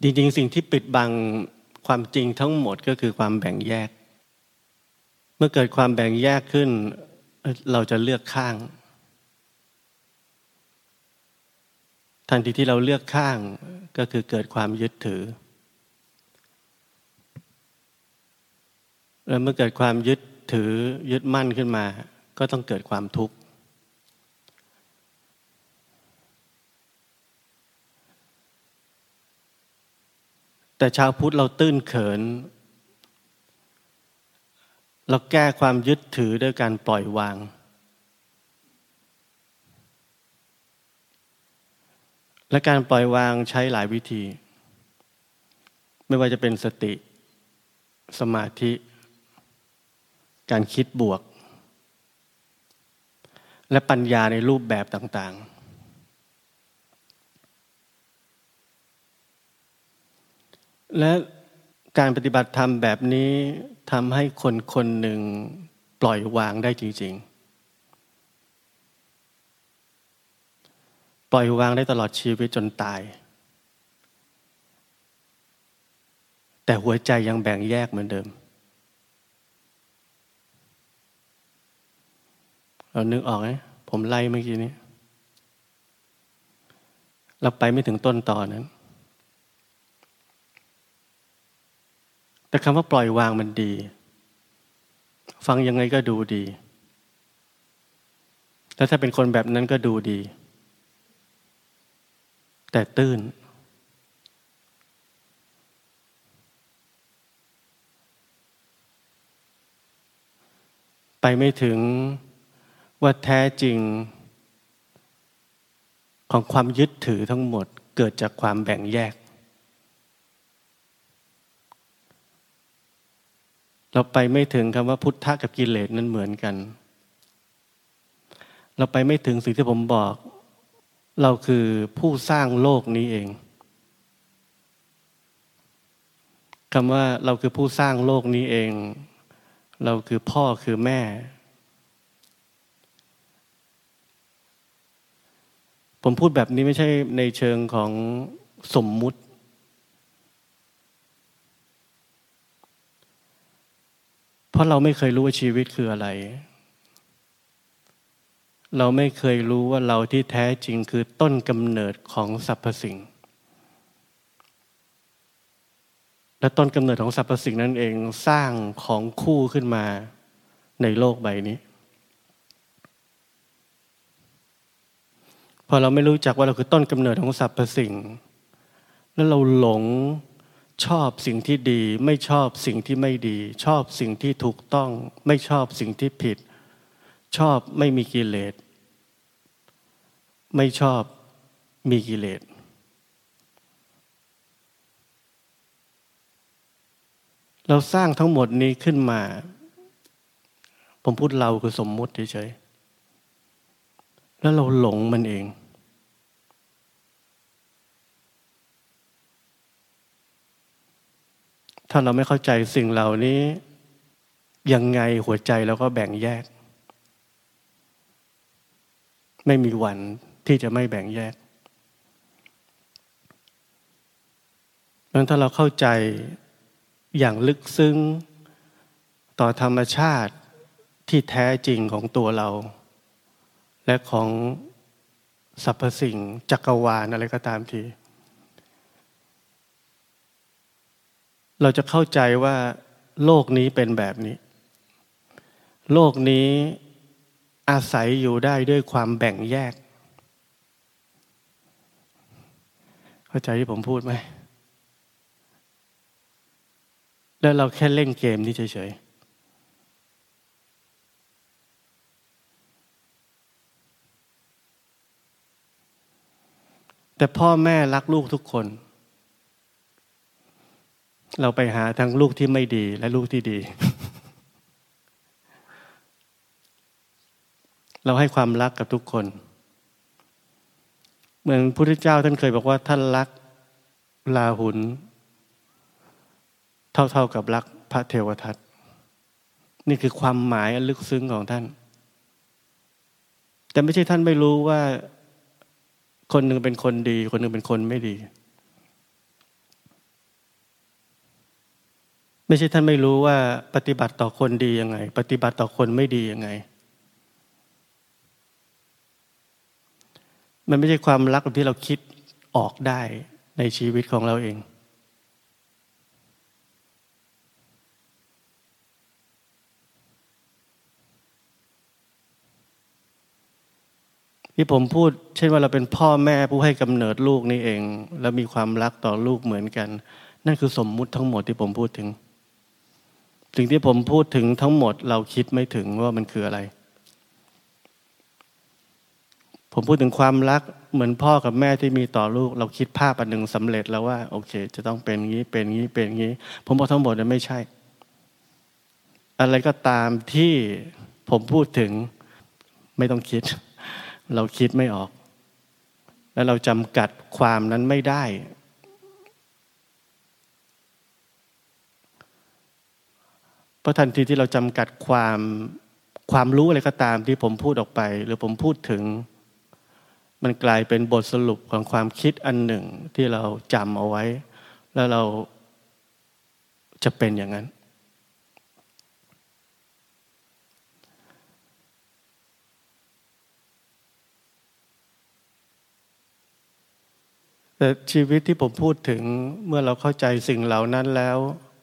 จริงๆสิ่งที่ปิดบังความจริงทั้งหมดก็คือความแบ่งแยกเมื่อเกิดความแบ่งแยกขึ้นเราจะเลือกข้างทันทีที่เราเลือกข้างก็คือเกิดความยึดถือแล้วเมื่อเกิดความยึดถือยึดมั่นขึ้นมาก็ต้องเกิดความทุกข์แต่ชาวพุทธเราตื้นเขินเราแก้ความยึดถือด้วยการปล่อยวางและการปล่อยวางใช้หลายวิธีไม่ว่าจะเป็นสติสมาธิการคิดบวกและปัญญาในรูปแบบต่างๆและการปฏิบัติธรรมแบบนี้ทำให้คนคนหนึ่งปล่อยวางได้จริงๆปล่อยวางได้ตลอดชีวิตจนตายแต่หัวใจยังแบ่งแยกเหมือนเดิมเรานึกออกไหมผมไล่เมื่อกี้นี้เราไปไม่ถึงต้นตอนั้นแต่คำว่าปล่อยวางมันดีฟังยังไงก็ดูดีแล้วถ้าเป็นคนแบบนั้นก็ดูดีแต่ตื้นไปไม่ถึงว่าแท้จริงของความยึดถือทั้งหมดเกิดจากความแบ่งแยกเราไปไม่ถึงคำว่าพุทธะกับกิเลสนั้นเหมือนกันเราไปไม่ถึงสิ่งที่ผมบอกเราคือผู้สร้างโลกนี้เองคำว่าเราคือผู้สร้างโลกนี้เองเราคือพ่อคือแม่ผมพูดแบบนี้ไม่ใช่ในเชิงของสมมุติเพราะเราไม่เคยรู้ว่าชีวิตคืออะไรเราไม่เคยรู้ว่าเราที่แท้จริงคือต้นกำเนิดของสรรพสิ่งและต้นกำเนิดของสรรพสิ่งนั่นเองสร้างของคู่ขึ้นมาในโลกใบนี้พอเราไม่รู้จักว่าเราคือต้นกำเนิดของสรรพสิ่งแล้วเราหลงชอบสิ่งที่ดีไม่ชอบสิ่งที่ไม่ดีชอบสิ่งที่ถูกต้องไม่ชอบสิ่งที่ผิดชอบไม่มีกิเลสไม่ชอบมีกิเลสเราสร้างทั้งหมดนี้ขึ้นมาผมพูดเราคือสมมุติเฉยๆแล้วเราหลงมันเองถ้าเราไม่เข้าใจสิ่งเหล่านี้ยังไงหัวใจเราก็แบ่งแยกไม่มีวันที่จะไม่แบ่งแยกเพราะฉะนั้นถ้าเราเข้าใจอย่างลึกซึ้งต่อธรรมชาติที่แท้จริงของตัวเราและของสรรพสิ่งจักรวาลอะไรก็ตามทีเราจะเข้าใจว่าโลกนี้เป็นแบบนี้โลกนี้อาศัยอยู่ได้ด้วยความแบ่งแยกเข้าใจที่ผมพูดไหมแล้วเราแค่เล่นเกมนี้เฉยๆแต่พ่อแม่รักลูกทุกคนเราไปหาทั้งลูกที่ไม่ดีและลูกที่ดี เราให้ความรักกับทุกคนเหมือนพระพุทธเจ้าท่านเคยบอกว่าท่านรักราหุลเท่ากับรักพระเทวทัตนี่คือความหมายอันลึกซึ้งของท่านแต่ไม่ใช่ท่านไม่รู้ว่าคนหนึ่งเป็นคนดีคนหนึ่งเป็นคนไม่ดีไม่ใช่ท่านไม่รู้ว่าปฏิบัติต่อคนดียังไงปฏิบัติต่อคนไม่ดียังไงมันไม่ใช่ความรักแบบที่เราคิดออกได้ในชีวิตของเราเองที่ผมพูดเช่นว่าเราเป็นพ่อแม่ผู้ให้กำเนิดลูกนี่เองแล้วมีความรักต่อลูกเหมือนกันนั่นคือสมมุติทั้งหมดที่ผมพูดถึงสิ่งที่ผมพูดถึงทั้งหมดเราคิดไม่ถึงว่ามันคืออะไรผมพูดถึงความรักเหมือนพ่อกับแม่ที่มีต่อลูกเราคิดภาพอันหนึ่งสำเร็จแล้วว่าโอเคจะต้องเป็นงี้เป็นงี้เป็นงี้ผมบอกทั้งหมดนั้นไม่ใช่อะไรก็ตามที่ผมพูดถึงไม่ต้องคิดเราคิดไม่ออกและเราจำกัดความนั้นไม่ได้เพราะทันทีที่เราจำกัดความรู้อะไรก็ตามที่ผมพูดออกไปหรือผมพูดถึงมันกลายเป็นบทสรุปของความคิดอันหนึ่งที่เราจำเอาไว้แล้วเราจะเป็นอย่างนั้นแต่ชีวิตที่ผมพูดถึงเมื่อเราเข้าใจสิ่งเหล่านั้นแล้ว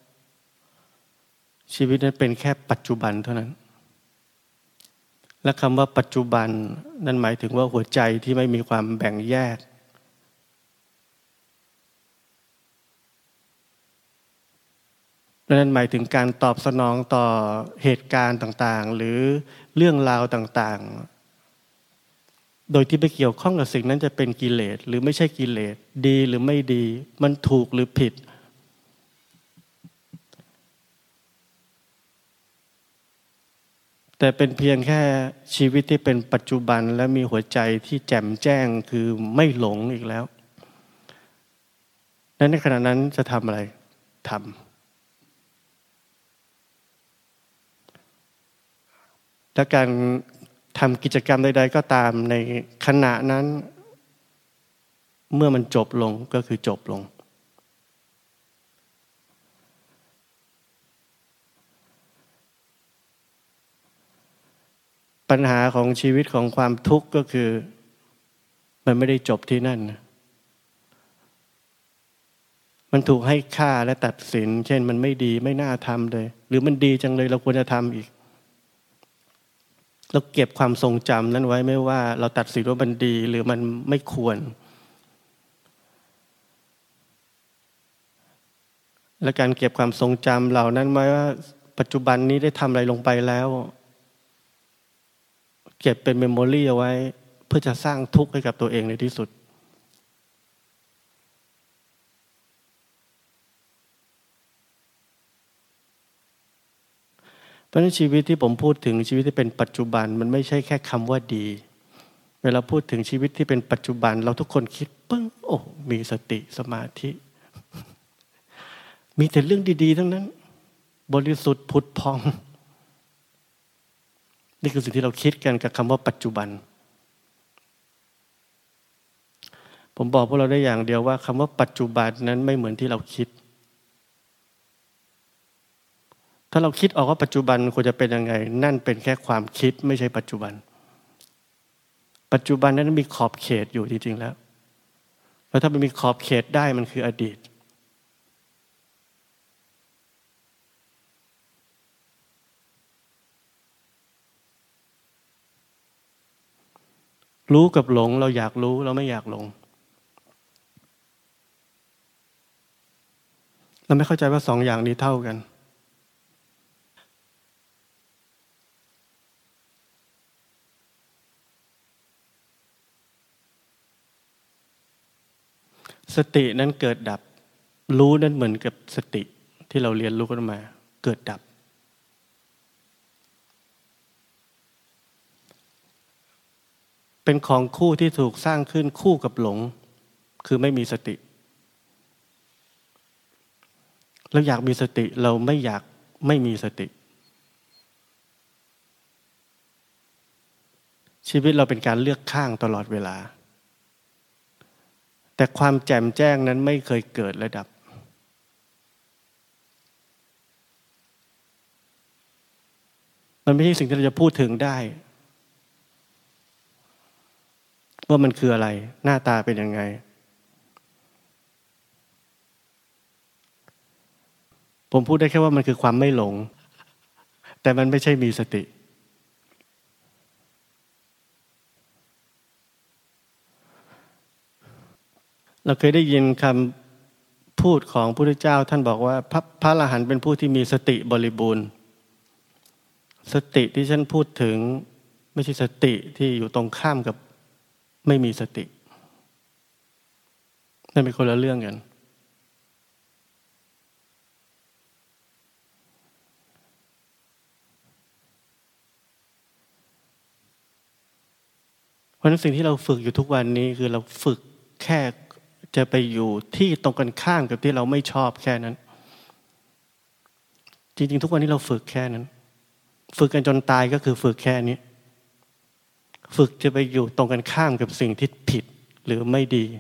ชีวิตนั้นเป็นแค่ปัจจุบันเท่านั้นและคำว่าปัจจุบันนั่นหมายถึงว่าหัวใจที่ไม่มีความแบ่งแยกนั่นหมายถึงการตอบสนองต่อเหตุการณ์ต่างๆหรือเรื่องราวต่างๆโดยที่ไม่เกี่ยวข้องกับสิ่งนั้นจะเป็นกิเลสหรือไม่ใช่กิเลสดีหรือไม่ดีมันถูกหรือผิดแต่เป็นเพียงแค่ชีวิตที่เป็นปัจจุบันและมีหัวใจที่แจ่มแจ้งคือไม่หลงอีกแล้วนั้นในขณะนั้นจะทำอะไรทำและการทำกิจกรรมใดๆก็ตามในขณะนั้นเมื่อมันจบลงก็คือจบลงปัญหาของชีวิตของความทุกข์ก็คือมันไม่ได้จบที่นั่นมันถูกให้ค่าและตัดสินเช่นมันไม่ดีไม่น่าทำเลยหรือมันดีจังเลยเราควรจะทำอีกเราเก็บความทรงจำนั้นไว้ไม่ว่าเราตัดสินว่ามันดีหรือมันไม่ควรและการเก็บความทรงจำเหล่านั้นไว้ว่าปัจจุบันนี้ได้ทำอะไรลงไปแล้วเก็บเป็นเมมโมรี่เอาไว้เพื่อจะสร้างทุกข์ให้กับตัวเองในที่สุดเพราะฉะนั้นชีวิตที่ผมพูดถึงชีวิตที่เป็นปัจจุบันมันไม่ใช่แค่คำว่าดีเวลาพูดถึงชีวิตที่เป็นปัจจุบันเราทุกคนคิดปึ้งโอ้มีสติสมาธิมีแต่เรื่องดีๆทั้งนั้นบริสุทธิ์ผุดพองนี่คือสิ่งที่เราคิดกันกับคำว่าปัจจุบันผมบอกพวกเราได้อย่างเดียวว่าคำว่าปัจจุบันนั้นไม่เหมือนที่เราคิดถ้าเราคิดออกว่าปัจจุบันควรจะเป็นยังไงนั่นเป็นแค่ความคิดไม่ใช่ปัจจุบันปัจจุบันนั้นมีขอบเขตอยู่จริงๆแล้วถ้ามันมีขอบเขตได้มันคืออดีตรู้กับหลงเราอยากรู้เราไม่อยากหลงเราไม่เข้าใจว่าสองอย่างนี้เท่ากันสตินั้นเกิดดับรู้นั้นเหมือนกับสติที่เราเรียนรู้กันมาเกิดดับเป็นของคู่ที่ถูกสร้างขึ้นคู่กับหลงคือไม่มีสติเราอยากมีสติเราไม่อยากไม่มีสติชีวิตเราเป็นการเลือกข้างตลอดเวลาแต่ความแจ่มแจ้งนั้นไม่เคยเกิดและดับมันไม่ใช่สิ่งที่เราจะพูดถึงได้ว่ามันคืออะไรหน้าตาเป็นยังไงผมพูดได้แค่ว่ามันคือความไม่หลงแต่มันไม่ใช่มีสติเราเคยได้ยินคำพูดของพระพุทธเจ้าท่านบอกว่าพระอรหันต์เป็นผู้ที่มีสติบริบูรณ์สติที่ฉันพูดถึงไม่ใช่สติที่อยู่ตรงข้ามกับไม่มีสตินั่นเป็นคนละเรื่องกันเพราะฉะนั้นสิ่งที่เราฝึกอยู่ทุกวันนี้คือเราฝึกแค่จะไปอยู่ที่ตรงกันข้ามกับที่เราไม่ชอบแค่นั้นจริงๆทุกวันนี้เราฝึกแค่นั้นฝึกกันจนตายก็คือฝึกแค่นี้ฝึกจะไปอยู่ตรงกันข้ามกับสิ่งที่ผิดหรือไม่ดี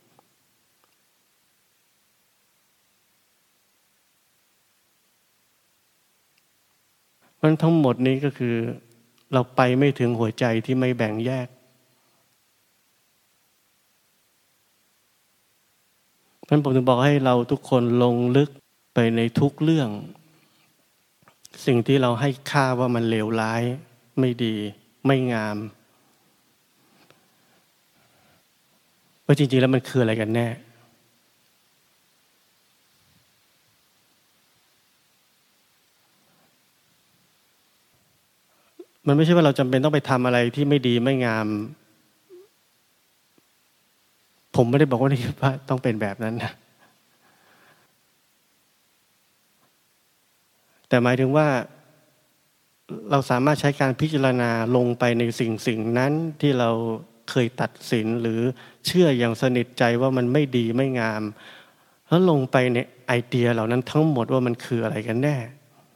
เพราะฉะนั้นทั้งหมดนี้ก็คือเราไปไม่ถึงหัวใจที่ไม่แบ่งแยกเพราะฉะนั้นผมถึงบอกให้เราทุกคนลงลึกไปในทุกเรื่องสิ่งที่เราให้ค่าว่ามันเลวร้ายไม่ดีไม่งามว่าจริงๆแล้วมันคืออะไรกันแน่มันไม่ใช่ว่าเราจำเป็นต้องไปทำอะไรที่ไม่ดีไม่งามผมไม่ได้บอกว่าต้องเป็นแบบนั้นนะแต่หมายถึงว่าเราสามารถใช้การพิจารณาลงไปในสิ่งนั้นที่เราเคยตัดสินหรือเชื่ออย่างสนิทใจว่ามันไม่ดีไม่งามแล้วลงไปในไอเดียเหล่านั้นทั้งหมดว่ามันคืออะไรกันแน่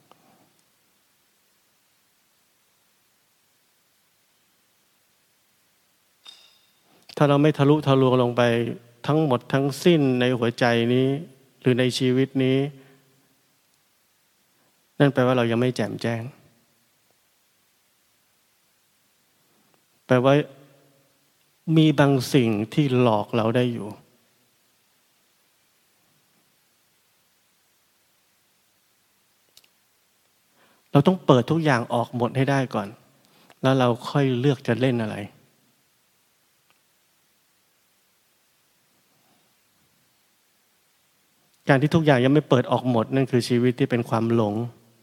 ถ้าเราไม่ทะลุทะลวงลงไปทั้งหมดทั้งสิ้นในหัวใจนี้หรือในชีวิตนี้นั่นแปลว่าเรายังไม่แจ่มแจ้งแปลว่ามีบางสิ่งที่หลอกเราได้อยู่เราต้องเปิดทุกอย่างออกหมดให้ได้ก่อนแล้วเราค่อยเลือกจะเล่นอะไรการที่ทุกอย่างยังไม่เปิดออกหมดนั่นคือชีวิตที่เป็นความหลง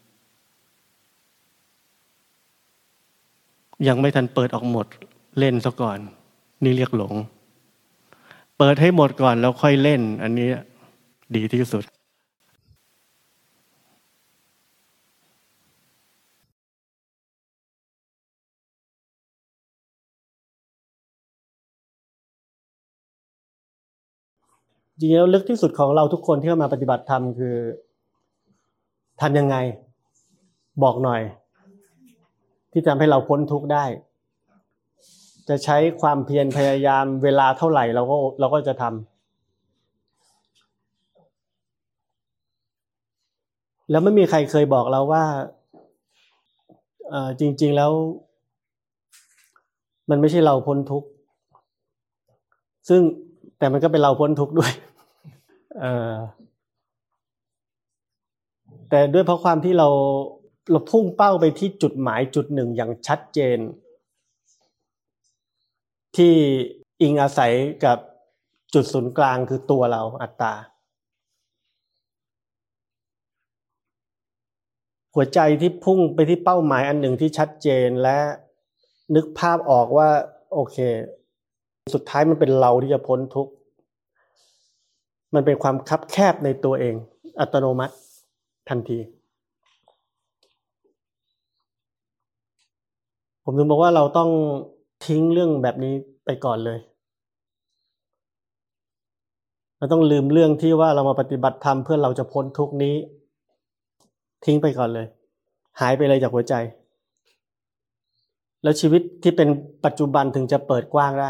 ยังไม่ทันเปิดออกหมดเล่นซะก่อนนี่เรียกหลงเปิดให้หมดก่อนแล้วค่อยเล่นอันนี้ดีที่สุดจริงๆแล้วลึกที่สุดของเราทุกคนที่เข้ามาปฏิบัติธรรมคือทำยังไงบอกหน่อยที่ทำให้เราพ้นทุกข์ได้จะใช้ความเพียรพยายามเวลาเท่าไหร่เราก็จะทำแล้วไม่มีใครเคยบอกเราว่าจริงๆแล้วมันไม่ใช่เราพ้นทุกข์ซึ่งแต่มันก็เป็นเราพ้นทุกข์ด้วยแต่ด้วยเพราะความที่เราพุ่งเป้าไปที่จุดหมายจุดหนึ่งอย่างชัดเจนที่อิงอาศัยกับจุดศูนย์กลางคือตัวเราอัตตาหัวใจที่พุ่งไปที่เป้าหมายอันหนึ่งที่ชัดเจนและนึกภาพออกว่าโอเคสุดท้ายมันเป็นเราที่จะพ้นทุกข์มันเป็นความคับแคบในตัวเองอัตโนมัติทันทีผมถึงบอกว่าเราต้องทิ้งเรื่องแบบนี้ไปก่อนเลยเราต้องลืมเรื่องที่ว่าเรามาปฏิบัติธรรมเพื่อเราจะพ้นทุกข์นี้ทิ้งไปก่อนเลยหายไปเลยจากหัวใจแล้วชีวิตที่เป็นปัจจุบันถึงจะเปิดกว้างได้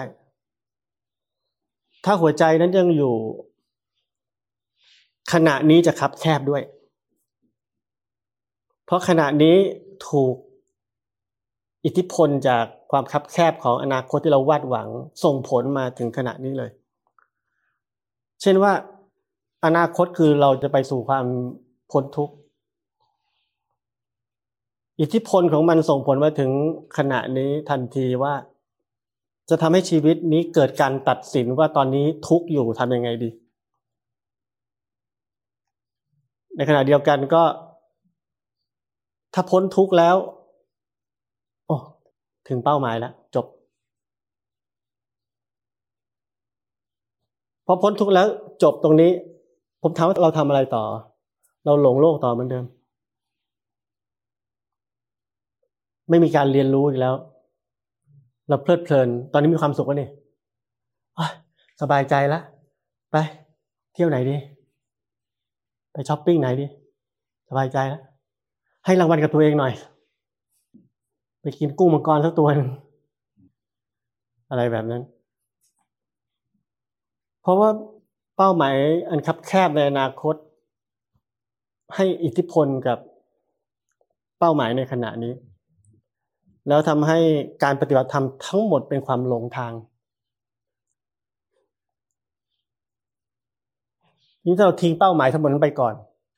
ถ้าหัวใจนั้นยังอยู่ขณะนี้จะคับแคบด้วยเพราะขณะนี้ถูกอิทธิพลจากความคับแคบของอนาคตที่เราวาดหวังส่งผลมาถึงขณะนี้เลยเช่นว่าอนาคตคือเราจะไปสู่ความพ้นทุกข์อิทธิพลของมันส่งผลมาถึงขณะนี้ทันทีว่าจะทำให้ชีวิตนี้เกิดการตัดสินว่าตอนนี้ทุกข์อยู่ทำยังไงดีในขณะเดียวกันก็ถ้าพ้นทุกข์แล้วโอ้ถึงเป้าหมายแล้วจบพอพ้นทุกข์แล้วจบตรงนี้ผมถามว่าเราทำอะไรต่อเราหลงโลกต่อเหมือนเดิมไม่มีการเรียนรู้อีกแล้วเราเพลิดเพลินตอนนี้มีความสุขแล้วนี่สบายใจแล้วไปเที่ยวไหนดีไปช้อปปิ้งไหนดีสบายใจแล้วให้รางวัลกับตัวเองหน่อยไปกินกุ้งมังกรสักตัวนึงอะไรแบบนั้นเพราะว่าเป้าหมายอันคับแคบในอนาคตให้อิทธิพลกับเป้าหมายในขณะนี้แล้วทำให้การปฏิบัติธรรมทั้งหมดเป็นความหลงทางนี่ถ้าเราทิ้งเป้าหมายทั้งหมดนั้นไปก่อน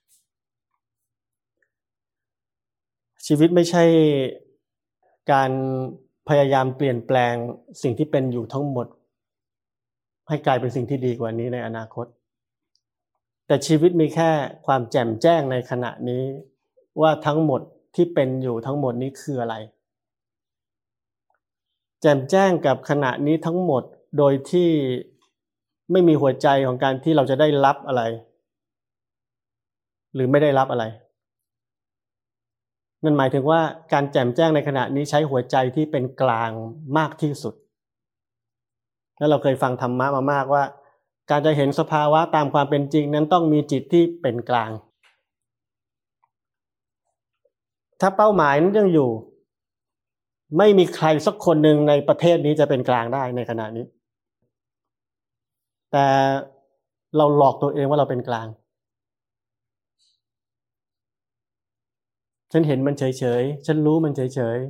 ชีวิตไม่ใช่การพยายามเปลี่ยนแปลงสิ่งที่เป็นอยู่ทั้งหมดให้กลายเป็นสิ่งที่ดีกว่านี้ในอนาคตแต่ชีวิตมีแค่ความแจ่มแจ้งในขณะนี้ว่าทั้งหมดที่เป็นอยู่ทั้งหมดนี้คืออะไรแจ่มแจ้งกับขณะนี้ทั้งหมดโดยที่ไม่มีหัวใจของการที่เราจะได้รับอะไรหรือไม่ได้รับอะไรนั่นหมายถึงว่าการแจ่มแจ้งในขณะนี้ใช้หัวใจที่เป็นกลางมากที่สุดแล้วเราเคยฟังธรรมะมามากว่าการจะเห็นสภาวะตามความเป็นจริงนั้นต้องมีจิตที่เป็นกลางถ้าเป้าหมายนั้นยังอยู่ไม่มีใครสักคนหนึ่งในประเทศนี้จะเป็นกลางได้ในขณะนี้แต่เราหลอกตัวเองว่าเราเป็นกลางฉันเห็นมันเฉยๆฉันรู้มันเฉย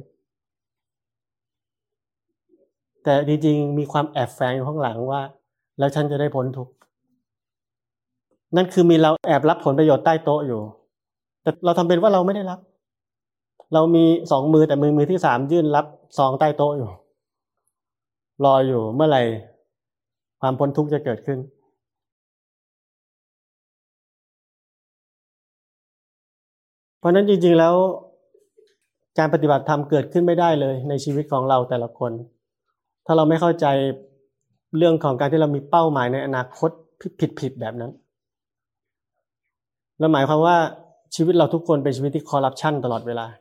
ๆแต่จริงๆมีความแอบแฝงอยู่ข้างหลังว่าแล้วฉันจะได้พ้นทุกข์นั่นคือมีเราแอบรับผลประโยชน์ใต้โต๊ะอยู่แต่เราทำเป็นว่าเราไม่ได้รับเรามี2 มือแต่มือที่3ยื่นรับซองใต้โต๊ะอยู่รออยู่เมื่อไหร่ความพ้นทุกข์จะเกิดขึ้นเพราะนั้นจริงๆแล้วการปฏิบัติธรรมเกิดขึ้นไม่ได้เลยในชีวิตของเราแต่ละคนถ้าเราไม่เข้าใจเรื่องของการที่เรามีเป้าหมายในอนาคตผิดแบบนั้นแล้วหมายความว่าชีวิตเราทุกคนเป็นชีวิตที่คอร์รัปชันตลอดเวลา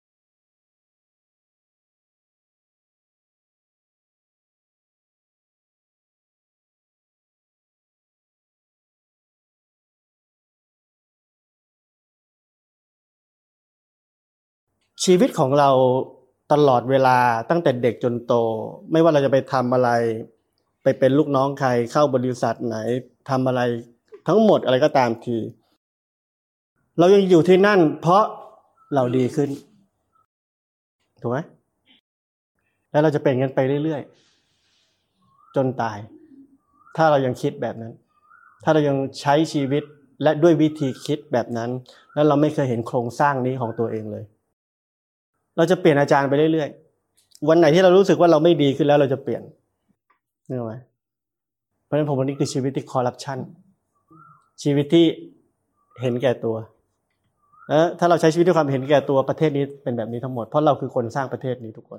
ชีวิตของเราตลอดเวลาตั้งแต่เด็กจนโตไม่ว่าเราจะไปทำอะไรไปเป็นลูกน้องใครเข้าบริษัทไหนทำอะไรทั้งหมดอะไรก็ตามทีเรายังอยู่ที่นั่นเพราะเราดีขึ้นถูกไหมแล้วเราจะเป็นกันไปเรื่อยๆจนตายถ้าเรายังคิดแบบนั้นถ้าเรายังใช้ชีวิตและด้วยวิธีคิดแบบนั้นแล้วเราไม่เคยเห็นโครงสร้างนี้ของตัวเองเลยเราจะเปลี่ยนอาจารย์ไปเรื่อยๆวันไหนที่เรารู้สึกว่าเราไม่ดีขึ้นแล้วเราจะเปลี่ยนนึกออกไหมเพราะฉะนั้นผมวันนี้คือชีวิตที่คอร์รัปชันชีวิตที่เห็นแก่ตัวถ้าเราใช้ชีวิตด้วยความเห็นแก่ตัวประเทศนี้เป็นแบบนี้ทั้งหมดเพราะเราคือคนสร้างประเทศนี้ทุกคน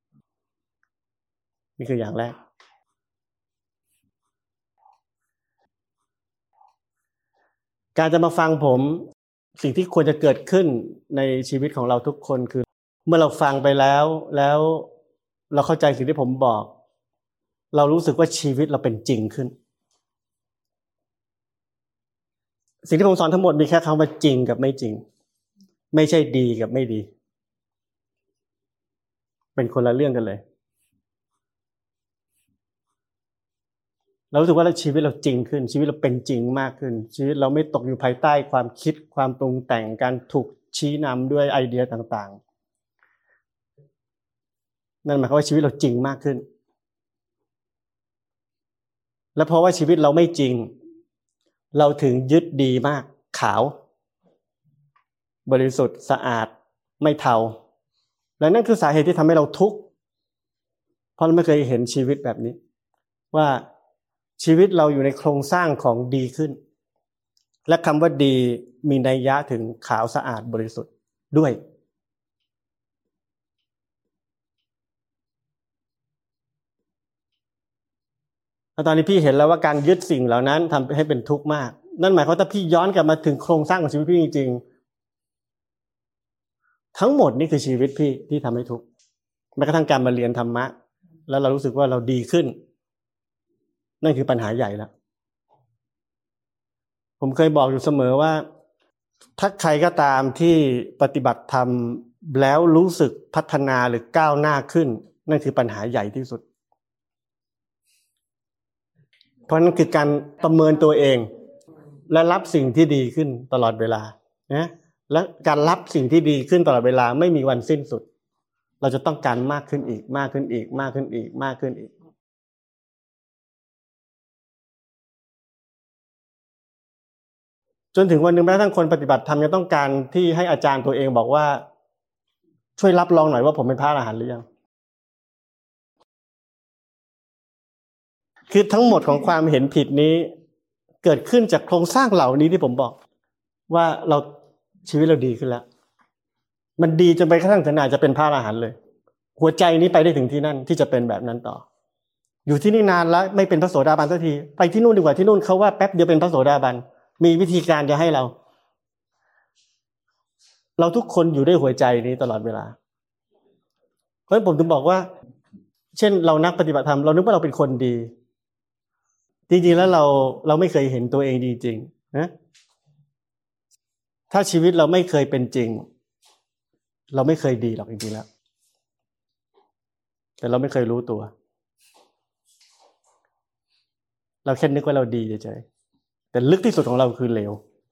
นี่คืออย่างแรกการจะมาฟังผมสิ่งที่ควรจะเกิดขึ้นในชีวิตของเราทุกคนคือเมื่อเราฟังไปแล้วเราเข้าใจสิ่งที่ผมบอกเรารู้สึกว่าชีวิตเราเป็นจริงขึ้นสิ่งที่ผมสอนทั้งหมดมีแค่คำว่าจริงกับไม่จริงไม่ใช่ดีกับไม่ดีเป็นคนละเรื่องกันเลยเรารู้สึกว่าชีวิตเราจริงขึ้นชีวิตเราเป็นจริงมากขึ้นชีวิตเราไม่ตกอยู่ภายใต้ความคิดความปรุงแต่งการถูกชี้นำด้วยไอเดียต่างนั่นหมายความว่าชีวิตเราจริงมากขึ้นและเพราะว่าชีวิตเราไม่จริงเราถึงยึดดีมากขาวบริสุทธิ์สะอาดไม่เทาและนั่นคือสาเหตุที่ทำให้เราทุกข์เพราะเราไม่เคยเห็นชีวิตแบบนี้ว่าชีวิตเราอยู่ในโครงสร้างของดีขึ้นและคำว่าดีมีนัยยะถึงขาวสะอาดบริสุทธิ์ด้วยตอนนี้พี่เห็นแล้วว่าการยึดสิ่งเหล่านั้นทำให้เป็นทุกข์มากนั่นหมายความว่าถ้าพี่ย้อนกลับมาถึงโครงสร้างของชีวิตพี่จริงๆทั้งหมดนี่คือชีวิตพี่ที่ทำให้ทุกข์แม้กระทั่งการมาเรียนธรรมะแล้วเรารู้สึกว่าเราดีขึ้นนั่นคือปัญหาใหญ่แล้วผมเคยบอกอยู่เสมอว่าถ้าใครก็ตามที่ปฏิบัติธรรมแล้วรู้สึกพัฒนาหรือก้าวหน้าขึ้นนั่นคือปัญหาใหญ่ที่สุดเพราะนั่นคือการประเมินตัวเองและรับสิ่งที่ดีขึ้นตลอดเวลานะและการรับสิ่งที่ดีขึ้นตลอดเวลาไม่มีวันสิ้นสุดเราจะต้องการมากขึ้นอีกมากขึ้นอีกมากขึ้นอีกมากขึ้นอีกจนถึงวันหนึ่งแม้กระทั่งคนปฏิบัติธรรมยังต้องการที่ให้อาจารย์ตัวเองบอกว่าช่วยรับรองหน่อยว่าผมเป็นพระอรหันต์หรือยังคือทั้งหมดของความเห็นผิดนี้เกิดขึ้นจากโครงสร้างเหล่านี้ที่ผมบอกว่าเราชีวิตเราดีขึ้นแล้วมันดีจนไปกระทั่งถึงอาจจะเป็นพระอรหันต์เลยหัวใจนี้ไปได้ถึงที่นั่นที่จะเป็นแบบนั้นต่ออยู่ที่นี่นานแล้วไม่เป็นพระโสดาบันสักทีไปที่นู่นดีกว่าที่นู่นเขาว่าแป๊บเดียวเป็นพระโสดาบันมีวิธีการจะให้เราทุกคนอยู่ด้วยหัวใจนี้ตลอดเวลาเพราะฉะนั้นผมถึงบอกว่าเช่นเรานักปฏิบัติธรรมเรานึกว่าเราเป็นคนดีจริงๆแล้วเราไม่เคยเห็นตัวเองจริงๆนะถ้าชีวิตเราไม่เคยเป็นจริงเราไม่เคยดีหรอกจริงๆแล้วแต่เราไม่เคยรู้ตัวเราแค่นึกว่าเราดีเฉยๆแต่ลึกที่สุดของเราคือเลว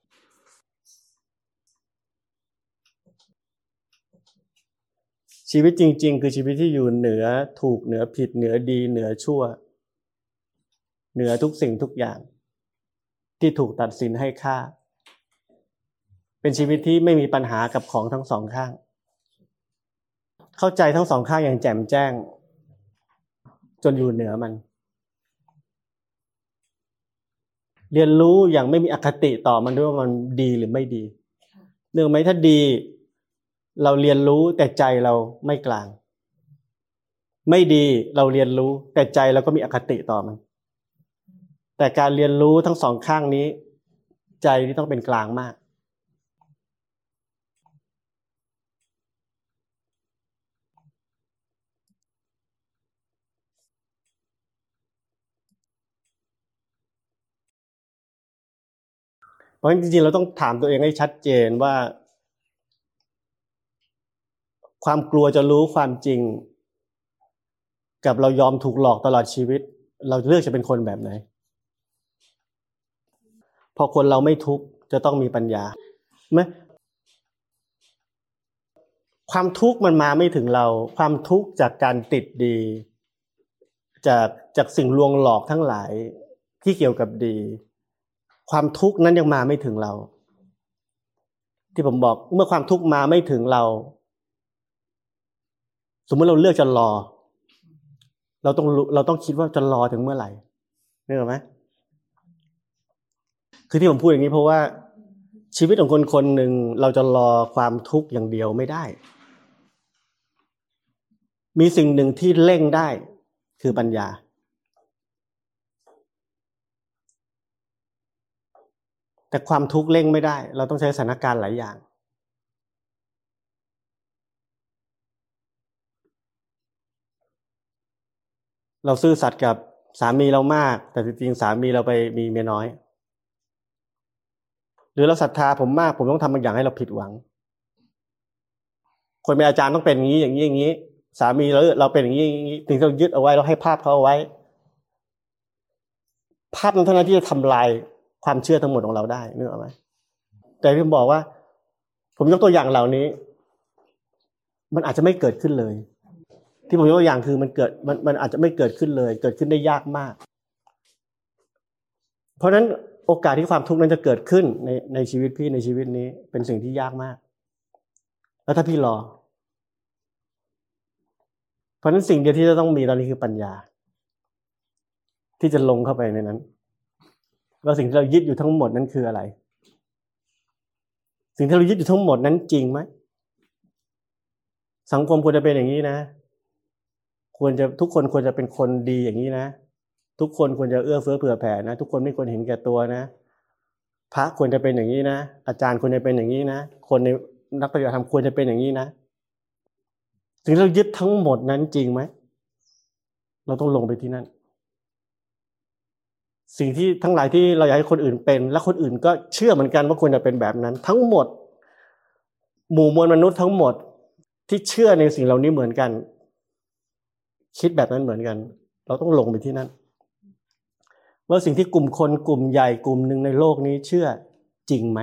ชีวิตจริงๆคือชีวิตที่อยู่เหนือถูกเหนือผิดเหนือดีเหนือชั่วเหนือทุกสิ่งทุกอย่างที่ถูกตัดสินให้ค่าเป็นชีวิตที่ไม่มีปัญหากับของทั้งสองข้างเข้าใจทั้งสองข้างอย่างแจ่มแจ้งจนอยู่เหนือมันเรียนรู้อย่างไม่มีอคติต่อมันด้วยว่ามันดีหรือไม่ดีเนื่องไหมถ้าดีเราเรียนรู้แต่ใจเราไม่กลางไม่ดีเราเรียนรู้แต่ใจเราก็มีอคติต่อมันแต่การเรียนรู้ทั้งสองข้างนี้ใจนี่ต้องเป็นกลางมากเพราะฉะนั้นจริงๆเราต้องถามตัวเองให้ชัดเจนว่าความกลัวจะรู้ความจริงกับเรายอมถูกหลอกตลอดชีวิตเราเลือกจะเป็นคนแบบไหนพอคนเราไม่ทุกข์จะต้องมีปัญญาไหมความทุกข์มันมาไม่ถึงเราความทุกข์จากการติดดีจากสิ่งลวงหลอกทั้งหลายที่เกี่ยวกับดีความทุกข์นั้นยังมาไม่ถึงเราที่ผมบอกเมื่อความทุกข์มาไม่ถึงเราสมมติเราเลือกจะรอเราต้องคิดว่าจะรอถึงเมื่อไหร่นึกออกไหมคือที่ผมพูดอย่างนี้เพราะว่าชีวิตของคนคนหนึ่งเราจะรอความทุกข์อย่างเดียวไม่ได้มีสิ่งหนึ่งที่เร่งได้คือปัญญาแต่ความทุกข์เร่งไม่ได้เราต้องใช้สถานการณ์หลายอย่างเราซื่อสัตย์กับสามีเรามากแต่จริงๆสามีเราไปมีเมียน้อยหรือเราศรัทธาผมมากผมต้องทำบางอย่างให้เราผิดหวังคนเป็นอาจารย์ต้องเป็นอย่างนี้อย่างนี้อย่างนี้สามีเราเป็นอย่างนี้อย่างนี้ถึงเรายึดเอาไว้เราให้ภาพเขาเอาไว้ภาพนั้นเท่านั้นที่จะทำลายความเชื่อทั้งหมดของเราได้นึกออกไหมแต่ที่ผมบอกว่าผมยกตัวอย่างเหล่านี้มันอาจจะไม่เกิดขึ้นเลยที่ผมยกตัวอย่างคือมันอาจจะไม่เกิดขึ้นเลยเกิดขึ้นได้ยากมากเพราะฉะนั้นโอกาสที่ความทุกข์นั้นจะเกิดขึ้นในชีวิตพี่ในชีวิตนี้เป็นสิ่งที่ยากมากแล้วถ้าพี่รอเพราะฉะนั้นสิ่งเดียวที่จะต้องมีตอนนี้คือปัญญาที่จะลงเข้าไปในนั้นว่าสิ่งที่เรายึดอยู่ทั้งหมดนั้นคืออะไรสิ่งที่เรายึดอยู่ทั้งหมดนั้นจริงไหมสังคมควรจะเป็นอย่างนี้นะทุกคนควรจะเป็นคนดีอย่างนี้นะทุกคนควรจะเอื้อเฟื้อเผื่อแผ่นะทุกคนไม่ควรเห็นแก่ตัวนะพระควรจะเป็นอย่างนี้นะอาจารย์ควรจะเป็นอย่างนี้นะคนในนักปฏิบัติธรรมควรจะเป็นอย่างนี้นะสิ่งที่เรายึดทั้งหมดนั้นจริงไหมเราต้องลงไปที่นั่นสิ่งที่ทั้งหลายที่เราอยากให้คนอื่นเป็นและคนอื่นก็เชื่อเหมือนกันว่าควรจะเป็นแบบนั้นทั้งหมดหมู่มวลมนุษย์ทั้งหมดที่เชื่อในสิ่งเหล่านี้เหมือนกันคิดแบบนั้นเหมือนกันเราต้องลงไปที่นั่นว่าสิ่งที่กลุ่มคนกลุ่มใหญ่กลุ่มหนึ่งในโลกนี้เชื่อจริงไหม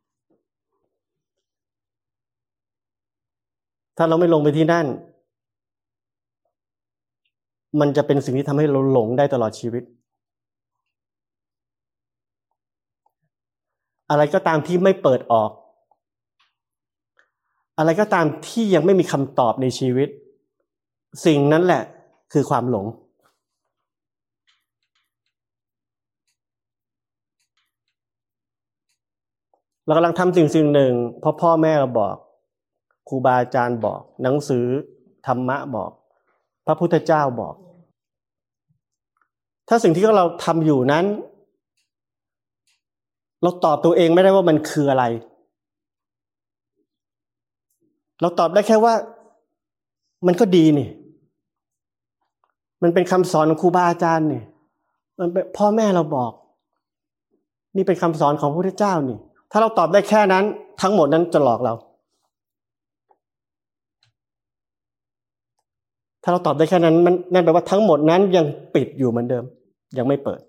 ถ้าเราไม่ลงไปที่นั่นมันจะเป็นสิ่งที่ทำให้เราหลงได้ตลอดชีวิตอะไรก็ตามที่ไม่เปิดออกอะไรก็ตามที่ยังไม่มีคำตอบในชีวิตสิ่งนั้นแหละคือความหลงเรากำลังทำสิ่งหนึ่งเพราะพ่อแม่เราบอกครูบาอาจารย์บอกหนังสือธรรมะบอกพระพุทธเจ้าบอกถ้าสิ่งที่เราทำอยู่นั้นเราตอบตัวเองไม่ได้ว่ามันคืออะไรเราตอบได้แค่ว่ามันก็ดีนี่มันเป็นคำสอนของครูบาอาจารย์นี่มันเป็นพ่อแม่เราบอกนี่เป็นคำสอนของพระพุทธเจ้านี่ถ้าเราตอบได้แค่นั้นทั้งหมดนั้นจะหลอกเราถ้าเราตอบได้แค่นั้นนั่นแปลว่าทั้งหมดนั้นยังปิดอยู่เหมือนเดิมยังไม่เปิด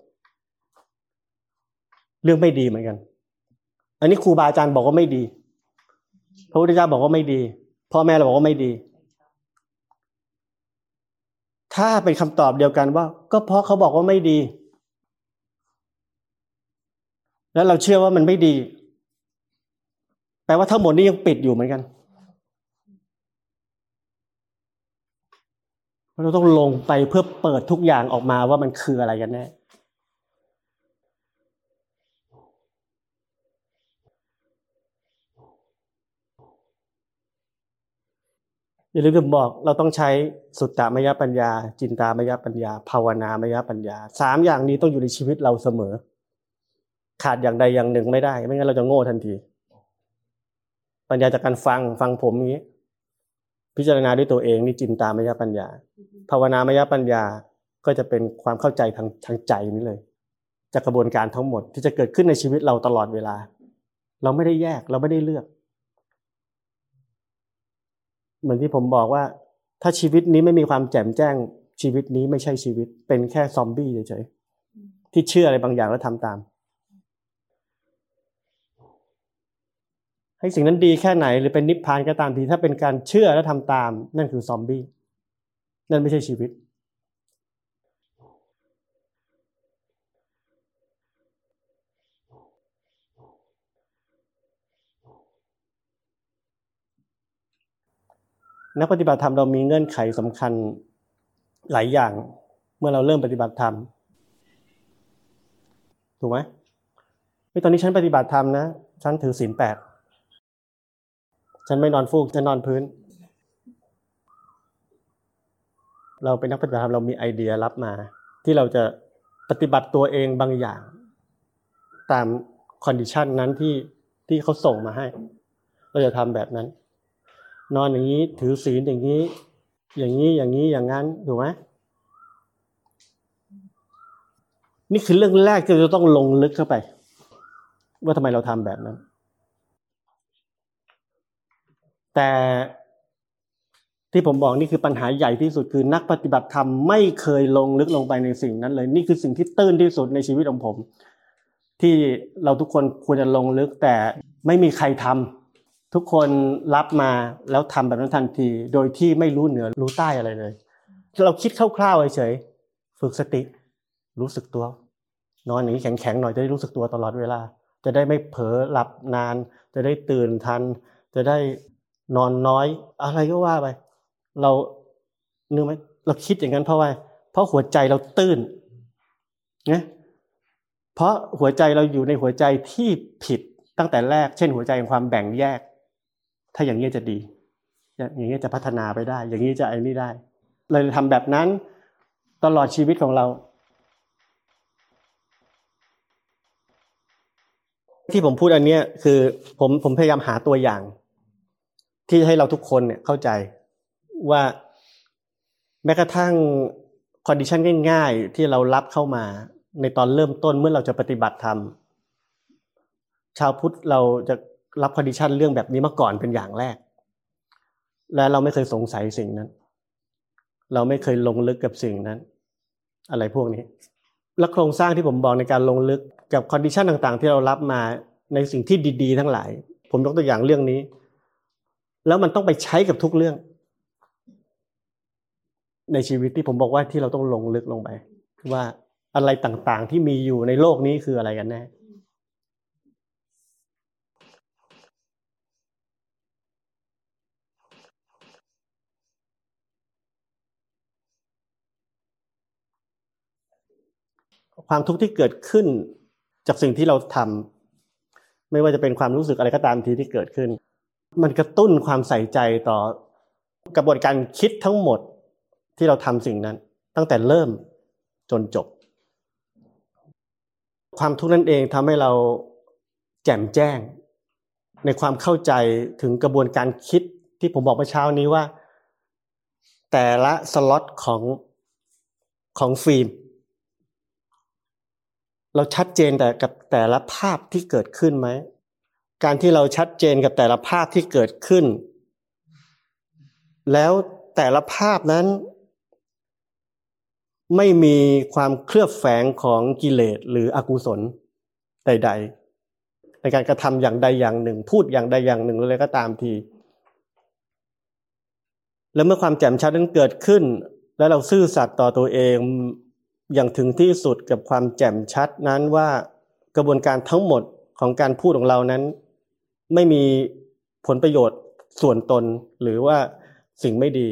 เรื่องไม่ดีเหมือนกันอันนี้ครูบาอาจารย์บอกว่าไม่ดีพระพุทธเจ้าบอกว่าไม่ดีพ่อแม่เราบอกว่าไม่ดีถ้าเป็นคำตอบเดียวกันว่าก็เพราะเขาบอกว่าไม่ดีแล้วเราเชื่อว่ามันไม่ดีแปลว่าทั้งหมดนี้ยังปิดอยู่เหมือนกันเราต้องลงไปเพื่อเปิดทุกอย่างออกมาว่ามันคืออะไรกันแน่อย่าลืมบอกเราต้องใช้สุตตมยปัญญาจินตามยปัญญาภาวนามยปัญญา3อย่างนี้ต้องอยู่ในชีวิตเราเสมอขาดอย่างใดอย่างหนึ่งไม่ได้ไม่งั้นเราจะโง่ทันทีปัญญาจากการฟังผมนี้พิจารณาด้วยตัวเองนี่จินตามยปัญญาภาวนามยปัญญาก็จะเป็นความเข้าใจทางใจนี้เลยจากกระบวนการทั้งหมดที่จะเกิดขึ้นในชีวิตเราตลอดเวลาเราไม่ได้แยกเราไม่ได้เลือกเหมือนที่ผมบอกว่าถ้าชีวิตนี้ไม่มีความแจ่มแจ้งชีวิตนี้ไม่ใช่ชีวิตเป็นแค่ซอมบี้เฉยๆที่เชื่ออะไรบางอย่างแล้วทำตามให้สิ่งนั้นดีแค่ไหนหรือเป็นนิพพานก็ตามทีถ้าเป็นการเชื่อและทำตามนั่นคือซอมบี้นั่นไม่ใช่ชีวิตนักปฏิบัติธรรมเรามีเงื่อนไขสำคัญหลายอย่างเมื่อเราเริ่มปฏิบัติธรรมถูกไหมตอนนี้ฉันปฏิบัติธรรมนะฉันถือศีล 8ฉันไม่นอนฟูกฉันนอนพื้นเราเป็นนักปฏิบัติธรรมเรามีไอเดียรับมาที่เราจะปฏิบัติตัวเองบางอย่างตามคอนดิชันนั้นที่เขาส่งมาให้เราจะทำแบบนั้นนอนอย่างนี้ถือศีลอย่างนี้อย่างนั้นถูกไหมนี่คือเรื่องแรกที่เราต้องลงลึกเข้าไปว่าทำไมเราทำแบบนั้นแต่ที่ผมบอกนี่คือปัญหาใหญ่ที่สุดคือนักปฏิบัติธรรมไม่เคยลงลึกลงไปในสิ่งนั้นเลยนี่คือสิ่งที่ตื้นที่สุดในชีวิตของผมที่เราทุกคนควรจะลงลึกแต่ไม่มีใครทำทุกคนรับมาแล้วทำแบบนั้นทันทีโดยที่ไม่รู้เหนือรู้ใต้อะไรเลยเราคิดคร่าวๆเฉยๆฝึกสติรู้สึกตัวนอนอย่างนี้แข็งๆหน่อยจะได้รู้สึกตัวตลอดเวลาจะได้ไม่เผลอหลับนานจะได้ตื่นทันจะได้นอนน้อยอะไรก็ว่าไปเรานึกไหมเราคิดอย่างนั้นเพราะว่าเพราะหัวใจเราตื้นนะเพราะหัวใจเราอยู่ในหัวใจที่ผิดตั้งแต่แรกเช่นหัวใจของความแบ่งแยกถ้าอย่างนี้จะดีอย่างนี้จะพัฒนาไปได้อย่างนี้จะไอ้นี่ได้เลยทำแบบนั้นตลอดชีวิตของเราที่ผมพูดอันเนี้ยคือผมพยายามหาตัวอย่างที่ให้เราทุกคนเนี่ยเข้าใจว่าแม้กระทั่งคอนดิชันง่ายๆที่เรารับเข้ามาในตอนเริ่มต้นเมื่อเราจะปฏิบัติธรรมชาวพุทธเราจะรับคอนดิชันเรื่องแบบนี้มาก่อนเป็นอย่างแรกและเราไม่เคยสงสัยสิ่งนั้นเราไม่เคยลงลึกกับสิ่งนั้นอะไรพวกนี้และโครงสร้างที่ผมบอกในการลงลึกกับคอนดิชันต่างๆที่เรารับมาในสิ่งที่ดีๆทั้งหลายผมยกตัวอย่างเรื่องนี้แล้วมันต้องไปใช้กับทุกเรื่องในชีวิตที่ผมบอกว่าที่เราต้องลงลึกลงไปว่าอะไรต่างๆที่มีอยู่ในโลกนี้คืออะไรกันแน่ความทุกข์ที่เกิดขึ้นจากสิ่งที่เราทำไม่ว่าจะเป็นความรู้สึกอะไรก็ตามทีที่เกิดขึ้นมันกระตุ้นความใส่ใจต่อกระบวนการคิดทั้งหมดที่เราทำสิ่งนั้นตั้งแต่เริ่มจนจบความทุกข์นั่นเองทำให้เราแจ่มแจ้งในความเข้าใจถึงกระบวนการคิดที่ผมบอกเมื่อเช้านี้ว่าแต่ละสล็อตของฟิล์มเราชัดเจนแต่กับแต่ละภาพที่เกิดขึ้นไหมการที่เราชัดเจนกับแต่ละภาพที่เกิดขึ้นแล้วแต่ละภาพนั้นไม่มีความเคลือบแฝงของกิเลสหรืออกุศลใดๆในการกระทำอย่างใดอย่างหนึ่งพูดอย่างใดอย่างหนึ่งอะไรก็ตามทีแล้วเมื่อความแจ่มชัดนั้นเกิดขึ้นแล้วเราซื่อสัตย์ต่อตัวเองอย่างถึงที่สุดกับความแจ่มชัดนั้นว่ากระบวนการทั้งหมดของการพูดของเรานั้นไม่มีผลประโยชน์ส่วนตนหรือว่าสิ่งไม่ดี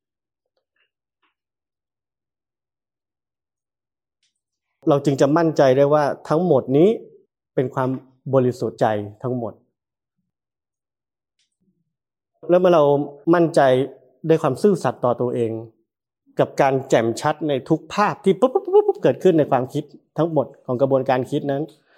เราจึงจะมั่นใจได้ว่าทั้งหมดนี้เป็นความบริสุทธิ์ใจทั้งหมดแล้วเมื่อเรามั่นใจด้วยความซื่อสัตย์ต่อตัวเองกับการแจ่มชัดในทุกภาพที่ปุ๊บเกิดขึ้นในความคิดทั้งหมดของกระบวนการคิดนั้น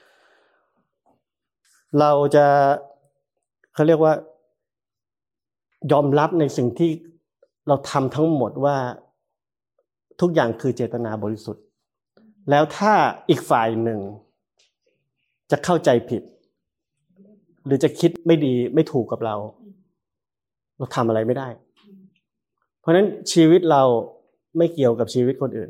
เราจะเขาเรียกว่ายอมรับในสิ่งที่เราทำทั้งหมดว่าทุกอย่างคือเจตนาบริสุทธิ์แล้วถ้าอีกฝ่ายหนึ่งจะเข้าใจผิดหรือจะคิดไม่ดีไม่ถูกกับเราทำอะไรไม่ได้เพราะฉะนั้นชีวิตเราไม่เกี่ยวกับชีวิตคนอื่น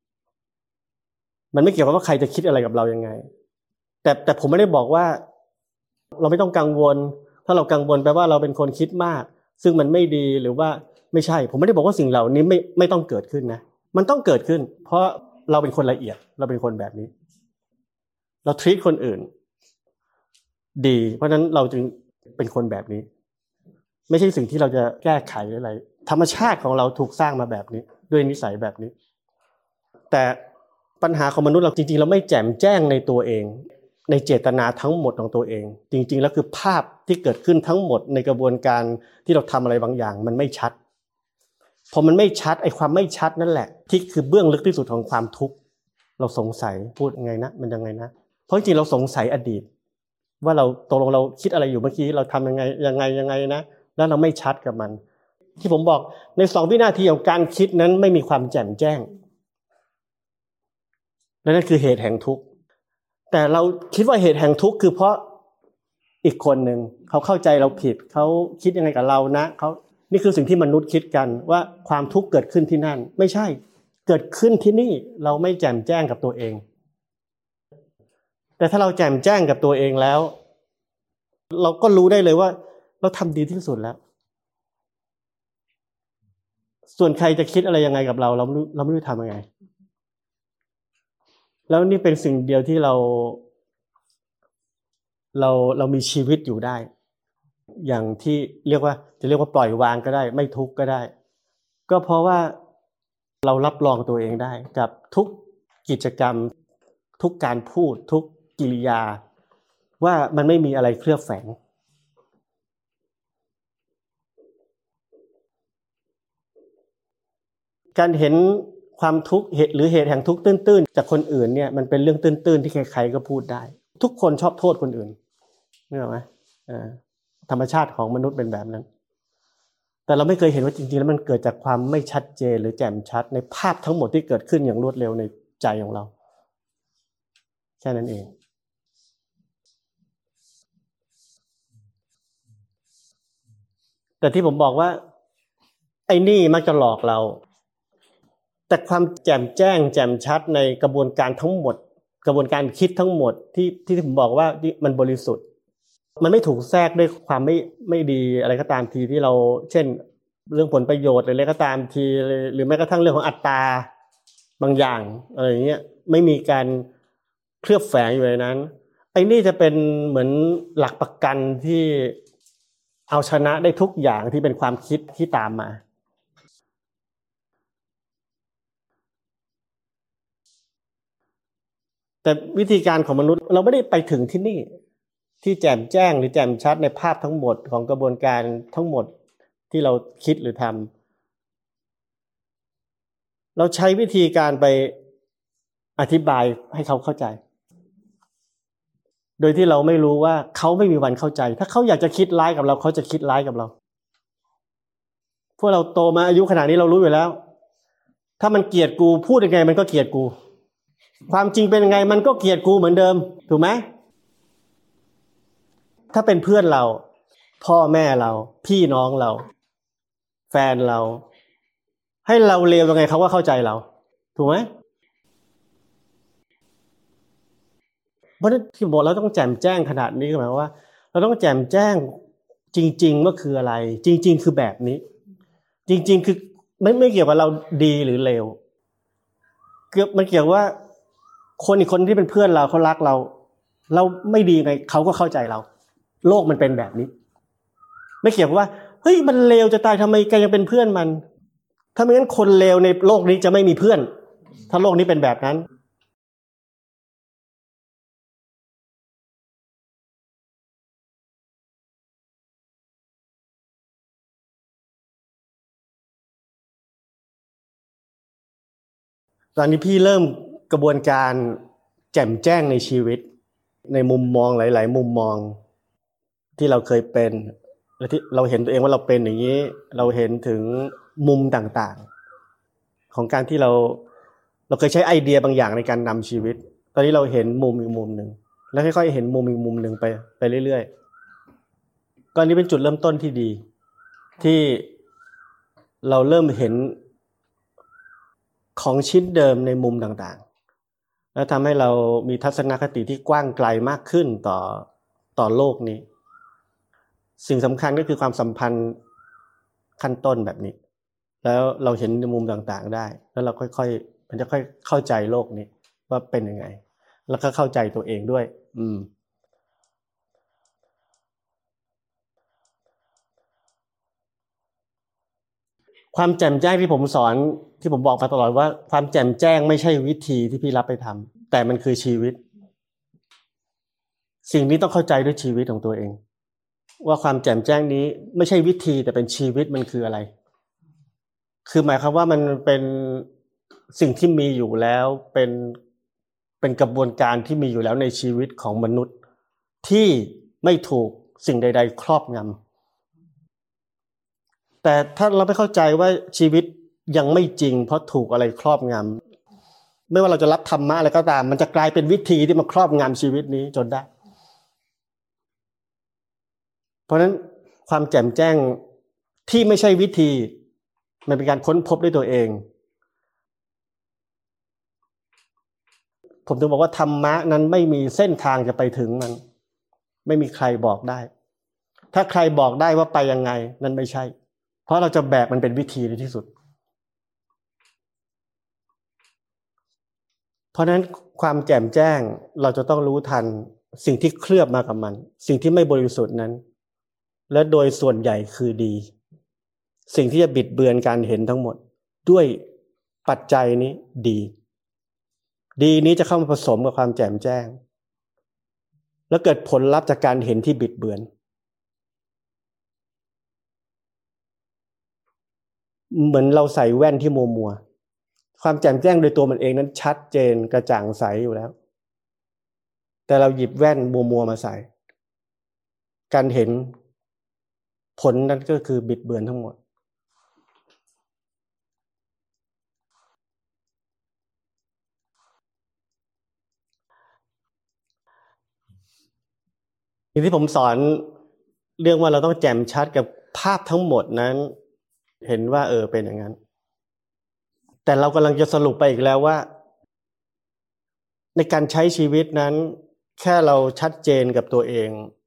มันไม่เกี่ยวกับว่าใครจะคิดอะไรกับเรายังไงแต่ผมไม่ได้บอกว่าเราไม่ต้องกังวลถ้าเรากังวลแปลว่าเราเป็นคนคิดมากซึ่งมันไม่ดีหรือว่าไม่ใช่ผมไม่ได้บอกว่าสิ่งเหล่านี้ไม่ต้องเกิดขึ้นนะมันต้องเกิดขึ้นเพราะเราเป็นคนละเอียดเราเป็นคนแบบนี้เราทรีตคนอื่นดีเพราะฉะนั้นเราจึงเป็นคนแบบนี้ไม่ใช่สิ่งที่เราจะแก้ไขหรืออะไรธรรมชาติของเราถูกสร้างมาแบบนี้ด้วยนิสัยแบบนี้แต่ปัญหาของมนุษย์เราจริงๆเราไม่แจ่มแจ้งในตัวเองในเจตนาทั้งหมดของตัวเองจริงๆแล้วคือภาพที่เกิดขึ้นทั้งหมดในกระบวนการที่เราทำอะไรบางอย่างมันไม่ชัดพอมันไม่ชัดไอ้ความไม่ชัดนั่นแหละที่คือเบื้องลึกที่สุดของความทุกข์เราสงสัยพูดยังไงนะมันยังไงนะเพราะจริงๆเราสงสัยอดีตว่าเราตกลงเราคิดอะไรอยู่เมื่อกี้เราทำยังไงนะแล้วเราไม่ชัดกับมันที่ผมบอกใน2 วินาทีของการคิดนั้นไม่มีความแจ่มแจ้งและนั่นคือเหตุแห่งทุกข์แต่เราคิดว่าเหตุแห่งทุกข์คือเพราะอีกคนหนึ่งเขาเข้าใจเราผิดเขาคิดยังไงกับเรานะนี่คือสิ่งที่มนุษย์คิดกันว่าความทุกข์เกิดขึ้นที่นั่นไม่ใช่เกิดขึ้นที่นี่เราไม่แจ่มแจ้งกับตัวเองแต่ถ้าเราแจ่มแจ้งกับตัวเองแล้วเราก็รู้ได้เลยว่าเราทำดีที่สุดแล้วส่วนใครจะคิดอะไรยังไงกับเราเราไม่รู้ทำยังไงแล้วนี่เป็นสิ่งเดียวที่เรามีชีวิตอยู่ได้อย่างที่เรียกว่าจะเรียกว่าปล่อยวางก็ได้ไม่ทุกข์ก็ได้ก็เพราะว่าเรารับรองตัวเองได้กับทุกกิจกรรมทุกการพูดทุกกิริยาว่ามันไม่มีอะไรเคลือบแฝงการเห็นความทุกข์หรือเหตุแห่งทุกข์ตื้นๆจากคนอื่นเนี่ยมันเป็นเรื่องตื้นๆที่ใครๆก็พูดได้ทุกคนชอบโทษคนอื่นนึกออกไหมธรรมชาติของมนุษย์เป็นแบบนั้นแต่เราไม่เคยเห็นว่าจริงๆแล้วมันเกิดจากความไม่ชัดเจนหรือแจ่มชัดในภาพทั้งหมดที่เกิดขึ้นอย่างรวดเร็วในใจของเราแค่นั้นเองแต่ที่ผมบอกว่าไอ้นี่มักจะหลอกเราแต่ความแจ่มแจ้งแจ่มชัดในกระบวนการทั้งหมดกระบวนการคิดทั้งหมดที่ผมบอกว่ามันบริสุทธิ์มันไม่ถูกแทรกด้วยความไม่ดีอะไรก็ตามทีที่เราเช่นเรื่องผลประโยชน์หรืออะไรก็ตามทีหรือแม้กระทั่งเรื่องของอัตราบางอย่างอะไรอย่างเงี้ยไม่มีการเคลือบแฝงอยู่ในนั้นไอ้นี่จะเป็นเหมือนหลักประกันที่เอาชนะได้ทุกอย่างที่เป็นความคิดที่ตามมาแต่วิธีการของมนุษย์เราไม่ได้ไปถึงที่นี่ที่แจ่มแจ้งหรือแจ่มชัดในภาพทั้งหมดของกระบวนการทั้งหมดที่เราคิดหรือทำเราใช้วิธีการไปอธิบายให้เขาเข้าใจโดยที่เราไม่รู้ว่าเขาไม่มีวันเข้าใจถ้าเขาอยากจะคิดร้ายกับเราเขาจะคิดร้ายกับเราพวกเราโตมาอายุขนาดนี้เรารู้อยู่แล้วถ้ามันเกลียดกูพูดยังไงมันก็เกลียดกูความจริงเป็นยังไงมันก็เกลียดกูเหมือนเดิมถูกไหมถ้าเป็นเพื่อนเราพ่อแม่เราพี่น้องเราแฟนเราให้เราเลวยังไงเขาก็เข้าใจเราถูกไหมเพราะฉะนั้นที่บอกเราต้องแจ่มแจ้งขนาดนี้ก็หมายว่าเราต้องแจ่มแจ้งจริงๆว่าคืออะไรจริงๆคือแบบนี้จริงๆคือไม่เกี่ยวกับเราดีหรือเลวมันเกี่ยวว่าคนอีกคนที่เป็นเพื่อนเราเขารักเราไม่ดีไงเขาก็เข้าใจเราโลกมันเป็นแบบนี้ไม่เกี่ยวกับว่าเฮ้ยมันเลวจะตายทำไมแกยังเป็นเพื่อนมันถ้าไม่งั้นคนเลวในโลกนี้จะไม่มีเพื่อนถ้าโลกนี้เป็นแบบนั้นตอนนี้พี่เริ่มกระบวนการแจ่มแจ้งในชีวิตในมุมมองหลายๆมุมมองที่เราเคยเป็นและที่เราเห็นตัวเองว่าเราเป็นอย่างนี้เราเห็นถึงมุมต่างๆของการที่เราเคยใช้ไอเดียบางอย่างในการนำชีวิตตอนนี้เราเห็นมุมอีกมุมหนึ่งแล้วค่อยๆเห็นมุมอีกมุมหนึ่งไปเรื่อยๆก็อันนี้เป็นจุดเริ่มต้นที่ดีที่เราเริ่มเห็นของชิ้นเดิมในมุมต่างๆแล้วทำให้เรามีทัศนคติที่กว้างไกลมากขึ้นต่อโลกนี้สิ่งสำคัญก็คือความสัมพันธ์ขั้นต้นแบบนี้แล้วเราเห็นในมุมต่างๆได้แล้วเราค่อยๆมันจะค่อยเข้าใจโลกนี้ว่าเป็นยังไงแล้วก็เข้าใจตัวเองด้วยความแจ่มแจ้งที่ผมสอนที่ผมบอกมาตลอดว่าความแจ่มแจ้งไม่ใช่วิธีที่พี่รับไปทำแต่มันคือชีวิตสิ่งนี้ต้องเข้าใจด้วยชีวิตของตัวเองว่าความแจ่มแจ้งนี้ไม่ใช่วิธีแต่เป็นชีวิตมันคืออะไรคือหมายความว่ามันเป็นสิ่งที่มีอยู่แล้วเป็นกระบวนการที่มีอยู่แล้วในชีวิตของมนุษย์ที่ไม่ถูกสิ่งใดๆครอบงำแต่ถ้าเราไม่เข้าใจว่าชีวิตยังไม่จริงเพราะถูกอะไรครอบงำไม่ว่าเราจะรับธรรมะอะไรก็ตามมันจะกลายเป็นวิธีที่มาครอบงำชีวิตนี้จนได้เพราะฉะนั้นความแจ่มแจ้งที่ไม่ใช่วิธีมันเป็นการค้นพบด้วยตัวเองผมถึงบอกว่าธรรมะนั้นไม่มีเส้นทางจะไปถึงมันไม่มีใครบอกได้ถ้าใครบอกได้ว่าไปยังไงนั่นไม่ใช่เพราะเราจะแบกมันเป็นวิธีในที่สุดเพราะฉะนั้นความแจ่มแจ้งเราจะต้องรู้ทันสิ่งที่เคลือบมากับมันสิ่งที่ไม่บริสุทธิ์นั้นและโดยส่วนใหญ่คือดีสิ่งที่จะบิดเบือนการเห็นทั้งหมดด้วยปัจจัยนี้ดีนี้จะเข้ามาผสมกับความแจ่มแจ้งแล้วเกิดผลลัพธ์จากการเห็นที่บิดเบือนเหมือนเราใส่แว่นที่มัวความแจ่มแจ้งโดยตัวมันเองนั้นชัดเจนกระจ่างใสอยู่แล้วแต่เราหยิบแว่นมัวมาใส่การเห็นผลนั้นก็คือบิดเบือนทั้งหมดอย่างที่ผมสอนเรื่องว่าเราต้องแจ่มชัดกับภาพทั้งหมดนั้นเห็นว่าเป็นอย่างนั้นแต่เรากำลังจะสรุปไปอีกแล้วว่าในการใช้ชีวิตนั้นแค่เราชัดเจนกับตัวเอง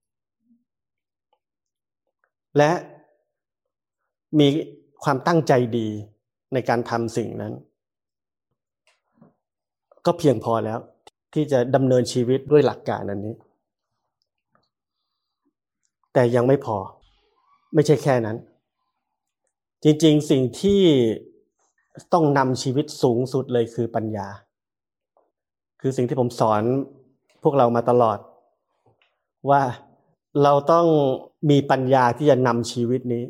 และมีความตั้งใจดีในการทำสิ่งนั้นก็เพียงพอแล้วที่จะดำเนินชีวิตด้วยหลักการอันนี้แต่ยังไม่พอไม่ใช่แค่นั้นจริงๆสิ่งที่ต้องนำชีวิตสูงสุดเลยคือปัญญาคือสิ่งที่ผมสอนพวกเรามาตลอดว่าเราต้องมีปัญญาที่จะนำชีวิตนี้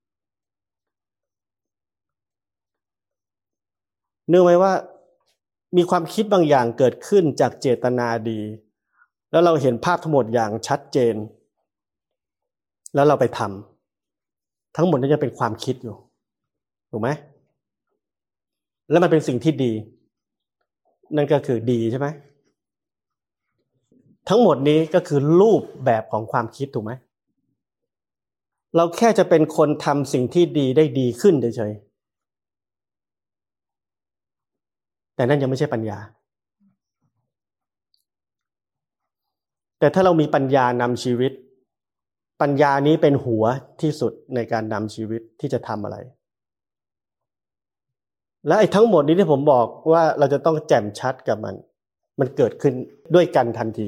เนื่องไว้ว่ามีความคิดบางอย่างเกิดขึ้นจากเจตนาดีแล้วเราเห็นภาพทั้งหมดอย่างชัดเจนแล้วเราไปทำทั้งหมดนั้นจะเป็นความคิดอยู่ถูกไหมแล้วมันเป็นสิ่งที่ดีนั่นก็คือดีใช่ไหมทั้งหมดนี้ก็คือรูปแบบของความคิดถูกไหมเราแค่จะเป็นคนทำสิ่งที่ดีได้ดีขึ้นเฉยๆแต่นั่นยังไม่ใช่ปัญญาแต่ถ้าเรามีปัญญานำชีวิตปัญญานี้เป็นหัวที่สุดในการนำชีวิตที่จะทำอะไรและไอ้ทั้งหมดนี้ที่ผมบอกว่าเราจะต้องแจ่มชัดกับมันเกิดขึ้นด้วยกันทันที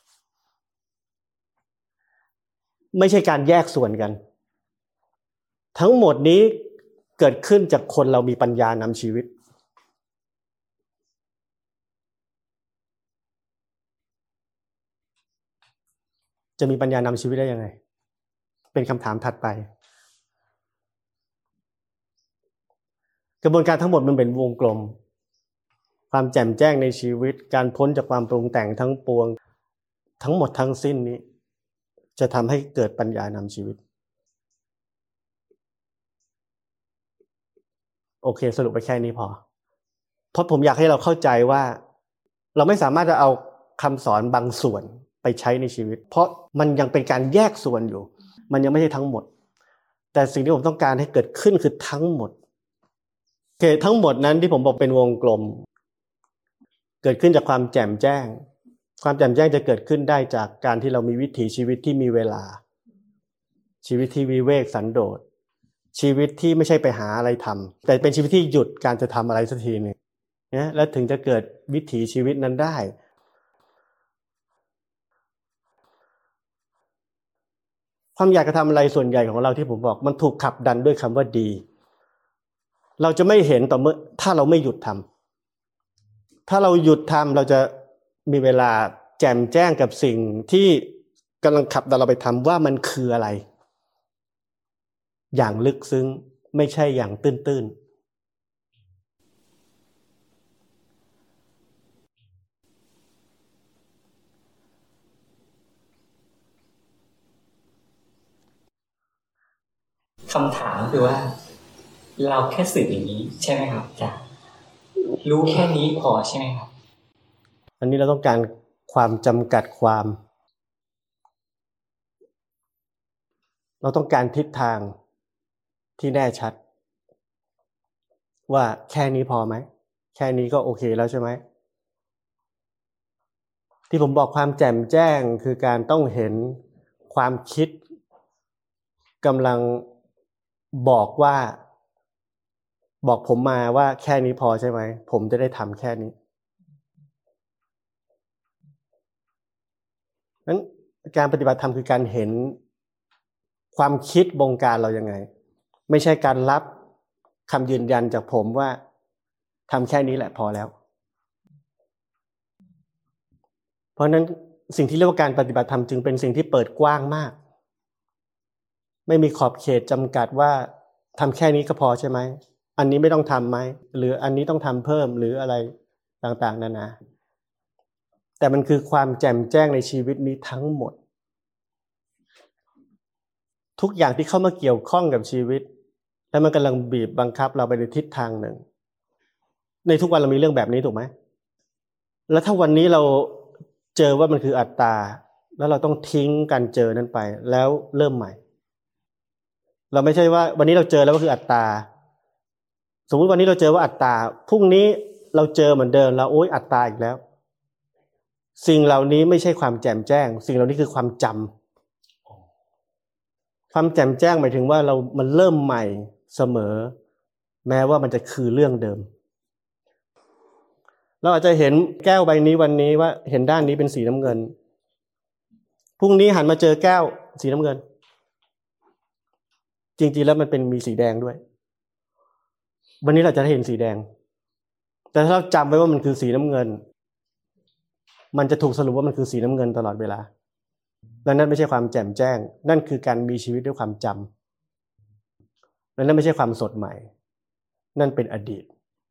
ไม่ใช่การแยกส่วนกันทั้งหมดนี้เกิดขึ้นจากคนเรามีปัญญานำชีวิตจะมีปัญญานำชีวิตได้ยังไงเป็นคำถามถัดไปกระบวนการทั้งหมดมันเป็นวงกลมความแจ่มแจ้งในชีวิตการพ้นจากความปรุงแต่งทั้งปวงทั้งหมดทั้งสิ้นนี้จะทำให้เกิดปัญญานำชีวิตโอเคสรุปไปแค่นี้พอเพราะผมอยากให้เราเข้าใจว่าเราไม่สามารถจะเอาคำสอนบางส่วนไปใช้ในชีวิตเพราะมันยังเป็นการแยกส่วนอยู่มันยังไม่ใช่ทั้งหมดแต่สิ่งที่ผมต้องการให้เกิดขึ้นคือทั้งหมดทั้งหมดนั้นที่ผมบอกเป็นวงกลมเกิดขึ้นจากความแจ่มแจ้งความแจ่มแจ้งจะเกิดขึ้นได้จากการที่เรามีวิถีชีวิตที่มีเวลาชีวิตที่วิเวกสันโดษชีวิตที่ไม่ใช่ไปหาอะไรทำแต่เป็นชีวิตที่หยุดการจะทำอะไรสักทีนึงนะแล้วถึงจะเกิดวิถีชีวิตนั้นได้ความอยากจะทำอะไรส่วนใหญ่ของเราที่ผมบอกมันถูกขับดันด้วยคำว่าดีเราจะไม่เห็นต่อเมื่อถ้าเราไม่หยุดทำถ้าเราหยุดทำเราจะมีเวลาแจ่มแจ้งกับสิ่งที่กำลังขับดันเราไปทำว่ามันคืออะไรอย่างลึกซึ้งไม่ใช่อย่างตื้นคำถามคือว่าเราแค่สื่ออย่างนี้ใช่ไหมครับอาจารย์รู้แค่นี้พอใช่ไหมครับอันนี้เราต้องการความจำกัดความเราต้องการทิศทางที่แน่ชัดว่าแค่นี้พอไหมแค่นี้ก็โอเคแล้วใช่ไหมที่ผมบอกความแจ่มแจ้งคือการต้องเห็นความคิดกำลังบอกผมมาว่าแค่นี้พอใช่ไหมผมจะได้ทำแค่นี้นั้นการปฏิบัติธรรมคือการเห็นความคิดบงการเรายังไงไม่ใช่การรับคำยืนยันจากผมว่าทำแค่นี้แหละพอแล้วเพราะนั้นสิ่งที่เรียกว่าการปฏิบัติธรรมจึงเป็นสิ่งที่เปิดกว้างมากไม่มีขอบเขตจำกัดว่าทำแค่นี้ก็พอใช่ไหมอันนี้ไม่ต้องทำไหมหรืออันนี้ต้องทำเพิ่มหรืออะไรต่างๆนานาแต่มันคือความแจ่มแจ้งในชีวิตนี้ทั้งหมดทุกอย่างที่เข้ามาเกี่ยวข้องกับชีวิตแล้วมันกำลังบีบบังคับเราไปในทิศทางหนึ่งในทุกวันเรามีเรื่องแบบนี้ถูกไหมแล้วถ้าวันนี้เราเจอว่ามันคืออัตตาแล้วเราต้องทิ้งการเจอนั้นไปแล้วเริ่มใหม่เราไม่ใช่ว่าวันนี้เราเจอแล้วก็คืออัตตาสมมุติวันนี้เราเจอว่าอัตตาพรุ่งนี้เราเจอเหมือนเดิมแล้วโอ๊ยอัตตาอีกแล้วสิ่งเหล่านี้ไม่ใช่ความแจ่มแจ้งสิ่งเหล่านี้คือความจำความแจ่มแจ้งหมายถึงว่ามันเริ่มใหม่เสมอแม้ว่ามันจะคือเรื่องเดิมเราอาจจะเห็นแก้วใบนี้วันนี้ว่าเห็นด้านนี้เป็นสีน้ำเงินพรุ่งนี้หันมาเจอแก้วสีน้ำเงินจริงๆแล้วมันมีสีแดงด้วยวันนี้เราจะได้เห็นสีแดงแต่ถ้าเราจำไว้ว่ามันคือสีน้ำเงินมันจะถูกสรุปว่ามันคือสีน้ำเงินตลอดเวลาและนั่นไม่ใช่ความแจ่มแจ้งนั่นคือการมีชีวิตด้วยความจำและนั่นไม่ใช่ความสดใหม่นั่นเป็นอดีต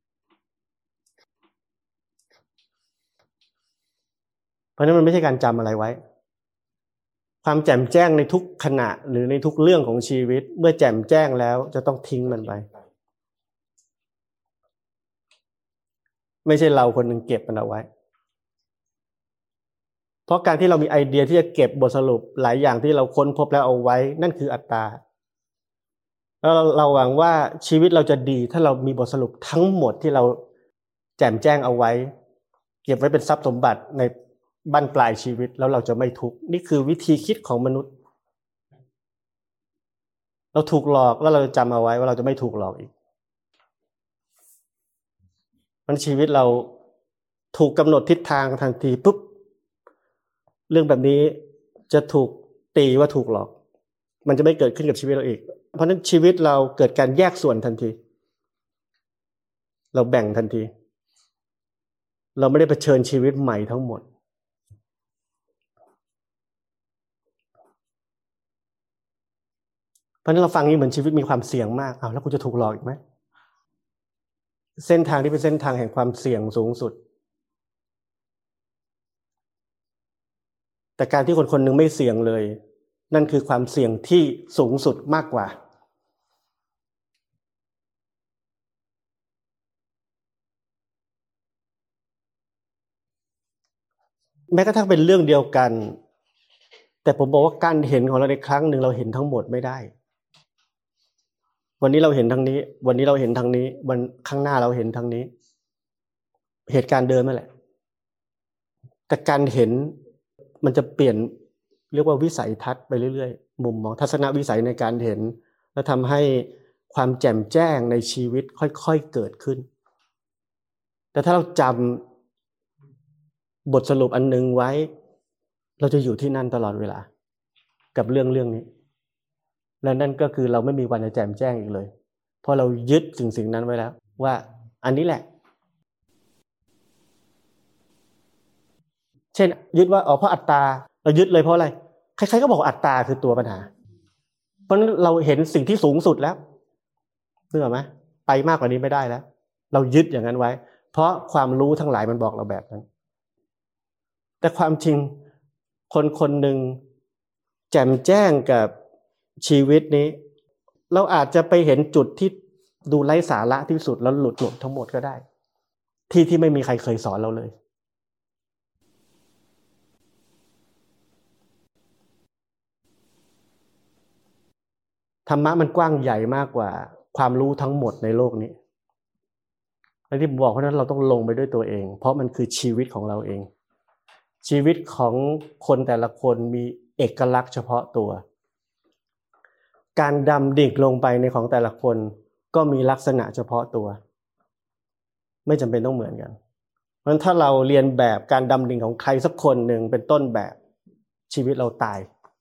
เพราะนั้นมันไม่ใช่การจำอะไรไว้ความแจ่มแจ้งในทุกขณะหรือในทุกเรื่องของชีวิตเมื่อแจ่มแจ้งแล้วจะต้องทิ้งมันไปไม่ใช่เราคนหนึ่งเก็บมันเอาไว้เพราะการที่เรามีไอเดียที่จะเก็บบทสรุปหลายอย่างที่เราค้นพบแล้วเอาไว้นั่นคืออัตตาแล้วเราหวังว่าชีวิตเราจะดีถ้าเรามีบทสรุปทั้งหมดที่เราแจ่มแจ้งเอาไว้เก็บไว้เป็นทรัพย์สมบัติในบั้นปลายชีวิตแล้วเราจะไม่ทุกข์นี่คือวิธีคิดของมนุษย์เราถูกหลอกแล้วเราจะจำเอาไว้ว่าเราจะไม่ถูกหลอกอีกมันชีวิตเราถูกกำหนดทิศทางทันทีปุ๊บเรื่องแบบนี้จะถูกตีว่าถูกหลอกมันจะไม่เกิดขึ้นกับชีวิตเราอีกเพราะฉะนั้นชีวิตเราเกิดการแยกส่วนทันทีเราแบ่งทันทีเราไม่ได้เผชิญชีวิตใหม่ทั้งหมดเพราะฉะนั้นเราฟังนี้เหมือนชีวิตมีความเสี่ยงมากแล้วกูจะถูกหลอกอีกไหมเส้นทางที่เป็นเส้นทางแห่งความเสี่ยงสูงสุดแต่การที่คนๆนึงไม่เสี่ยงเลยนั่นคือความเสี่ยงที่สูงสุดมากกว่าแม้กระทั่งเป็นเรื่องเดียวกันแต่ผมบอกว่าการเห็นของเราในครั้งหนึ่งเราเห็นทั้งหมดไม่ได้วันนี้เราเห็นทางนี้วันนี้เราเห็นทางนี้วันข้างหน้าเราเห็นทางนี้เหตุการณ์เดิมนั่นแหละแต่การเห็นมันจะเปลี่ยนเรียกว่าวิสัยทัศน์ไปเรื่อยๆมุมมองทัศนวิสัยในการเห็นและทำให้ความแจ่มแจ้งในชีวิตค่อยๆเกิดขึ้นแต่ถ้าเราจำบทสรุปอันนึงไว้เราจะอยู่ที่นั่นตลอดเวลากับเรื่องนี้และนั่นก็คือเราไม่มีวันจะแจ่มแจ้งอีกเลยเพราะเรายึดสิ่งนั้นไว้แล้วว่าอันนี้แหละเช่นยึดว่าเพราะอัตตาเรายึดเลยเพราะอะไรใครๆก็บอกอัตตาคือตัวปัญหาเพราะฉะนั้นเราเห็นสิ่งที่สูงสุดแล้วนึกออกไหมไปมากกว่านี้ไม่ได้แล้วเรายึดอย่างนั้นไว้เพราะความรู้ทั้งหลายมันบอกเราแบบนั้นแต่ความจริงคนหนึ่งแจ่มแจ้งกับชีวิตนี้เราอาจจะไปเห็นจุดที่ดูไร้สาระที่สุดแล้วหลุดทั้งหมดก็ได้ที่ไม่มีใครเคยสอนเราเลยธรรมะมันกว้างใหญ่มากกว่าความรู้ทั้งหมดในโลกนี้และที่ผมบอกเพราะนั้นเราต้องลงไปด้วยตัวเองเพราะมันคือชีวิตของเราเองชีวิตของคนแต่ละคนมีเอกลักษณ์เฉพาะตัวการดำดิ่งลงไปในของแต่ละคนก็มีลักษณะเฉพาะตัวไม่จำเป็นต้องเหมือนกันเพราะฉะนั้นถ้าเราเรียนแบบการดำดิ่งของใครสักคนหนึ่งเป็นต้นแบบชีวิตเราตาย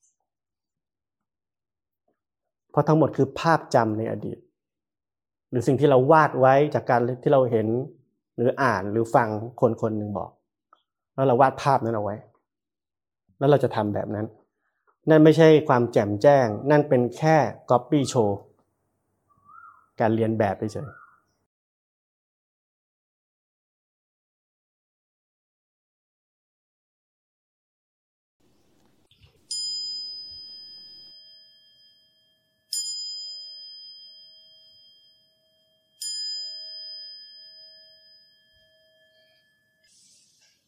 เพราะทั้งหมดคือภาพจำในอดีตหรือสิ่งที่เราวาดไว้จากการที่เราเห็นหรืออ่านหรือฟังคนคนหนึ่งบอกแล้วเราวาดภาพนั้นเอาไว้แล้วเราจะทำแบบนั้นนั่นไม่ใช่ความแจ่มแจ้งนั่นเป็นแค่ copy show การเรียนแบบเฉย